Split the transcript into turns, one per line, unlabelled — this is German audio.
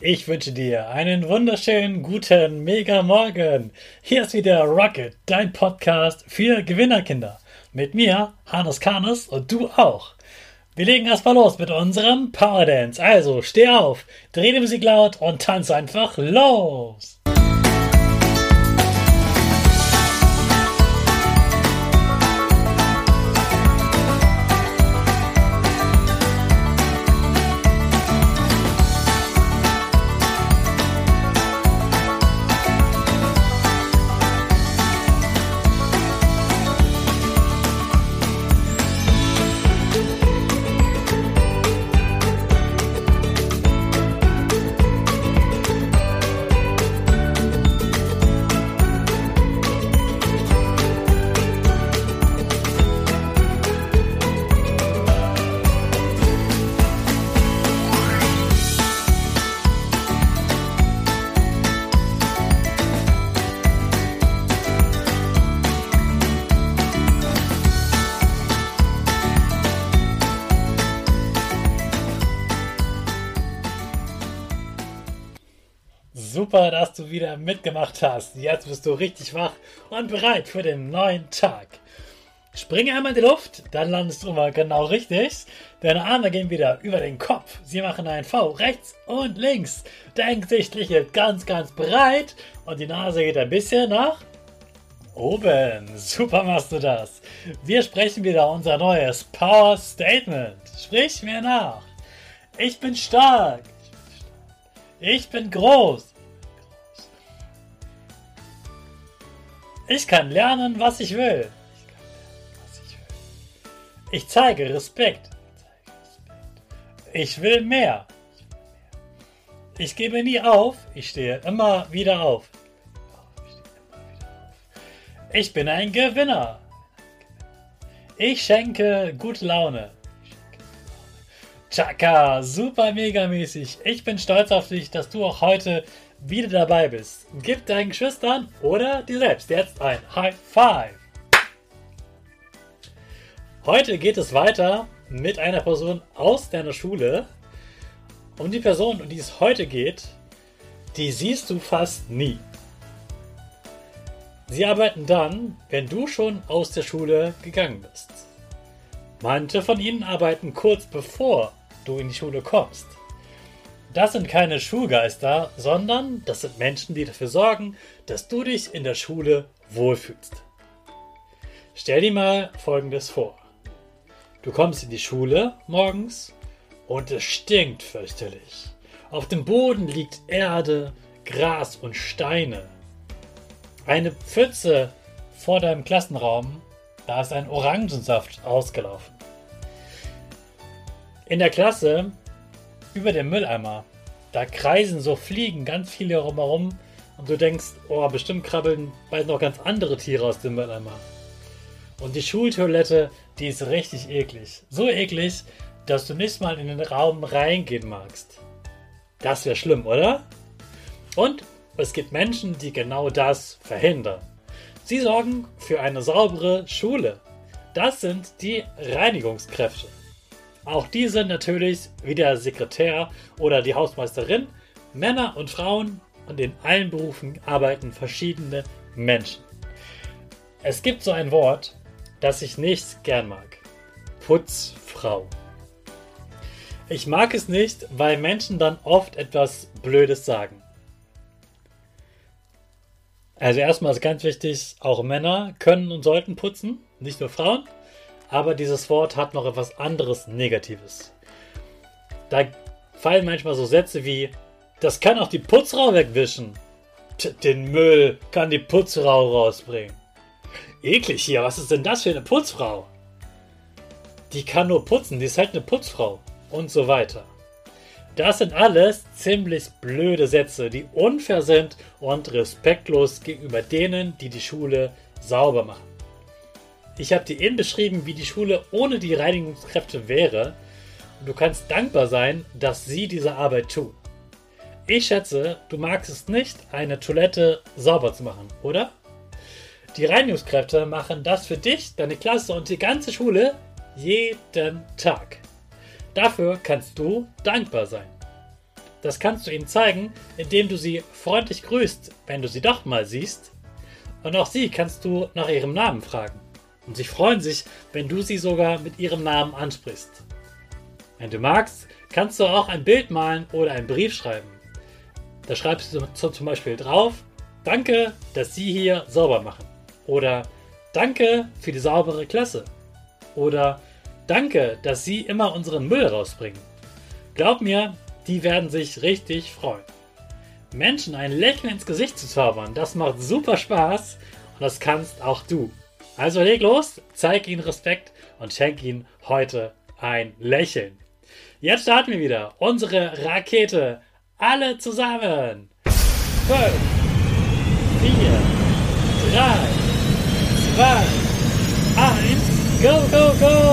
Ich wünsche dir einen wunderschönen guten Mega-Morgen. Hier ist wieder Rocket, dein Podcast für Gewinnerkinder. Mit mir, Hannes Karnes, und du auch. Wir legen erstmal los mit unserem Power Dance. Also steh auf, dreh die Musik laut und tanz einfach los. Super, dass du wieder mitgemacht hast. Jetzt bist du richtig wach und bereit für den neuen Tag. Springe einmal in die Luft, dann landest du immer genau richtig. Deine Arme gehen wieder über den Kopf. Sie machen ein V rechts und links. Dein Gesicht liegt ganz breit und die Nase geht ein bisschen nach oben. Super machst du das. Wir sprechen wieder unser neues Power Statement. Sprich mir nach. Ich bin stark. Ich bin groß. Ich kann lernen, was ich will. Ich zeige Respekt. Ich will mehr. Ich gebe nie auf. Ich stehe immer wieder auf. Ich bin ein Gewinner. Ich schenke gute Laune. Chaka, super megamäßig. Ich bin stolz auf dich, dass du auch heute wieder dabei bist. Gib deinen Geschwistern oder dir selbst jetzt ein High Five. Heute geht es weiter mit einer Person aus deiner Schule. Und die Person, um die es heute geht, die siehst du fast nie. Sie arbeiten dann, wenn du schon aus der Schule gegangen bist. Manche von ihnen arbeiten kurz bevor du in die Schule kommst. Das sind keine Schulgeister, sondern das sind Menschen, die dafür sorgen, dass du dich in der Schule wohlfühlst. Stell dir mal Folgendes vor. Du kommst in die Schule morgens und es stinkt fürchterlich. Auf dem Boden liegt Erde, Gras und Steine. Eine Pfütze vor deinem Klassenraum, da ist ein Orangensaft ausgelaufen. In der Klasse, über dem Mülleimer, da kreisen so Fliegen ganz viele herum und du denkst, oh, bestimmt krabbeln bald noch ganz andere Tiere aus dem Mülleimer. Und die Schultoilette, die ist richtig eklig. So eklig, dass du nicht mal in den Raum reingehen magst. Das wäre schlimm, oder? Und es gibt Menschen, die genau das verhindern. Sie sorgen für eine saubere Schule. Das sind die Reinigungskräfte. Auch die sind natürlich wie der Sekretär oder die Hausmeisterin, Männer und Frauen, und in allen Berufen arbeiten verschiedene Menschen. Es gibt so ein Wort, das ich nicht gern mag. Putzfrau. Ich mag es nicht, weil Menschen dann oft etwas Blödes sagen. Also erstmal ist ganz wichtig, auch Männer können und sollten putzen, nicht nur Frauen. Aber dieses Wort hat noch etwas anderes Negatives. Da fallen manchmal so Sätze wie, das kann auch die Putzfrau wegwischen. Den Müll kann die Putzfrau rausbringen. Eklig hier, was ist denn das für eine Putzfrau? Die kann nur putzen, die ist halt eine Putzfrau. Und so weiter. Das sind alles ziemlich blöde Sätze, die unfair sind und respektlos gegenüber denen, die die Schule sauber machen. Ich habe dir eben beschrieben, wie die Schule ohne die Reinigungskräfte wäre. Und du kannst dankbar sein, dass sie diese Arbeit tun. Ich schätze, du magst es nicht, eine Toilette sauber zu machen, oder? Die Reinigungskräfte machen das für dich, deine Klasse und die ganze Schule jeden Tag. Dafür kannst du dankbar sein. Das kannst du ihnen zeigen, indem du sie freundlich grüßt, wenn du sie doch mal siehst. Und auch sie kannst du nach ihrem Namen fragen. Und sie freuen sich, wenn du sie sogar mit ihrem Namen ansprichst. Wenn du magst, kannst du auch ein Bild malen oder einen Brief schreiben. Da schreibst du zum Beispiel drauf: Danke, dass Sie hier sauber machen. Oder Danke für die saubere Klasse. Oder Danke, dass Sie immer unseren Müll rausbringen. Glaub mir, die werden sich richtig freuen. Menschen ein Lächeln ins Gesicht zu zaubern, das macht super Spaß und das kannst auch du. Also leg los, zeig ihnen Respekt und schenk ihnen heute ein Lächeln. Jetzt starten wir wieder unsere Rakete. Alle zusammen. 5, 4, 3, 2, 1, go, go, go!